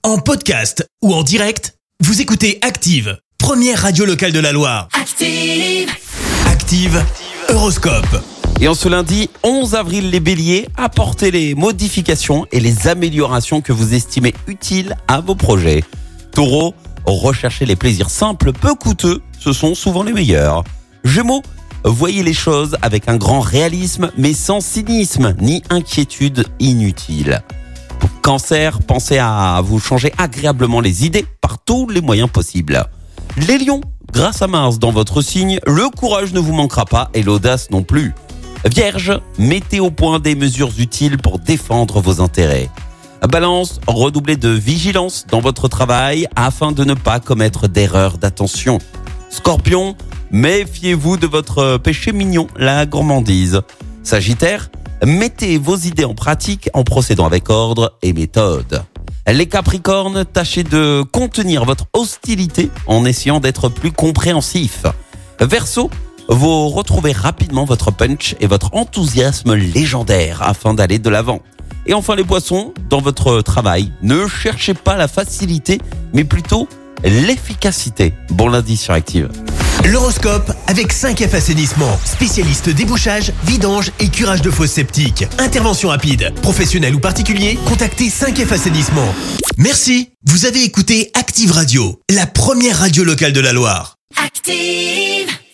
En podcast ou en direct, vous écoutez Active, première radio locale de la Loire. Active, Active Horoscope. Et en ce lundi 11 avril, les béliers, apportez les modifications et les améliorations que vous estimez utiles à vos projets. Taureau, recherchez les plaisirs simples, peu coûteux, ce sont souvent les meilleurs. Gémeaux, voyez les choses avec un grand réalisme, mais sans cynisme ni inquiétude inutile. Cancer, pensez à vous changer agréablement les idées par tous les moyens possibles. Les lions, grâce à Mars dans votre signe, le courage ne vous manquera pas et l'audace non plus. Vierge, mettez au point des mesures utiles pour défendre vos intérêts. Balance, redoublez de vigilance dans votre travail afin de ne pas commettre d'erreurs d'attention. Scorpion, méfiez-vous de votre péché mignon, la gourmandise. Sagittaire, mettez vos idées en pratique en procédant avec ordre et méthode. Les Capricornes, tâchez de contenir votre hostilité en essayant d'être plus compréhensif. Verseau, vous retrouvez rapidement votre punch et votre enthousiasme légendaire afin d'aller de l'avant. Et enfin les Poissons, dans votre travail, ne cherchez pas la facilité, mais plutôt l'efficacité. Bon lundi sur Active. L'horoscope avec 5F Assainissement, spécialiste débouchage, vidange et curage de fosses septiques. Intervention rapide, professionnel ou particulier, contactez 5F Assainissement. Merci, vous avez écouté Active Radio, la première radio locale de la Loire. Active!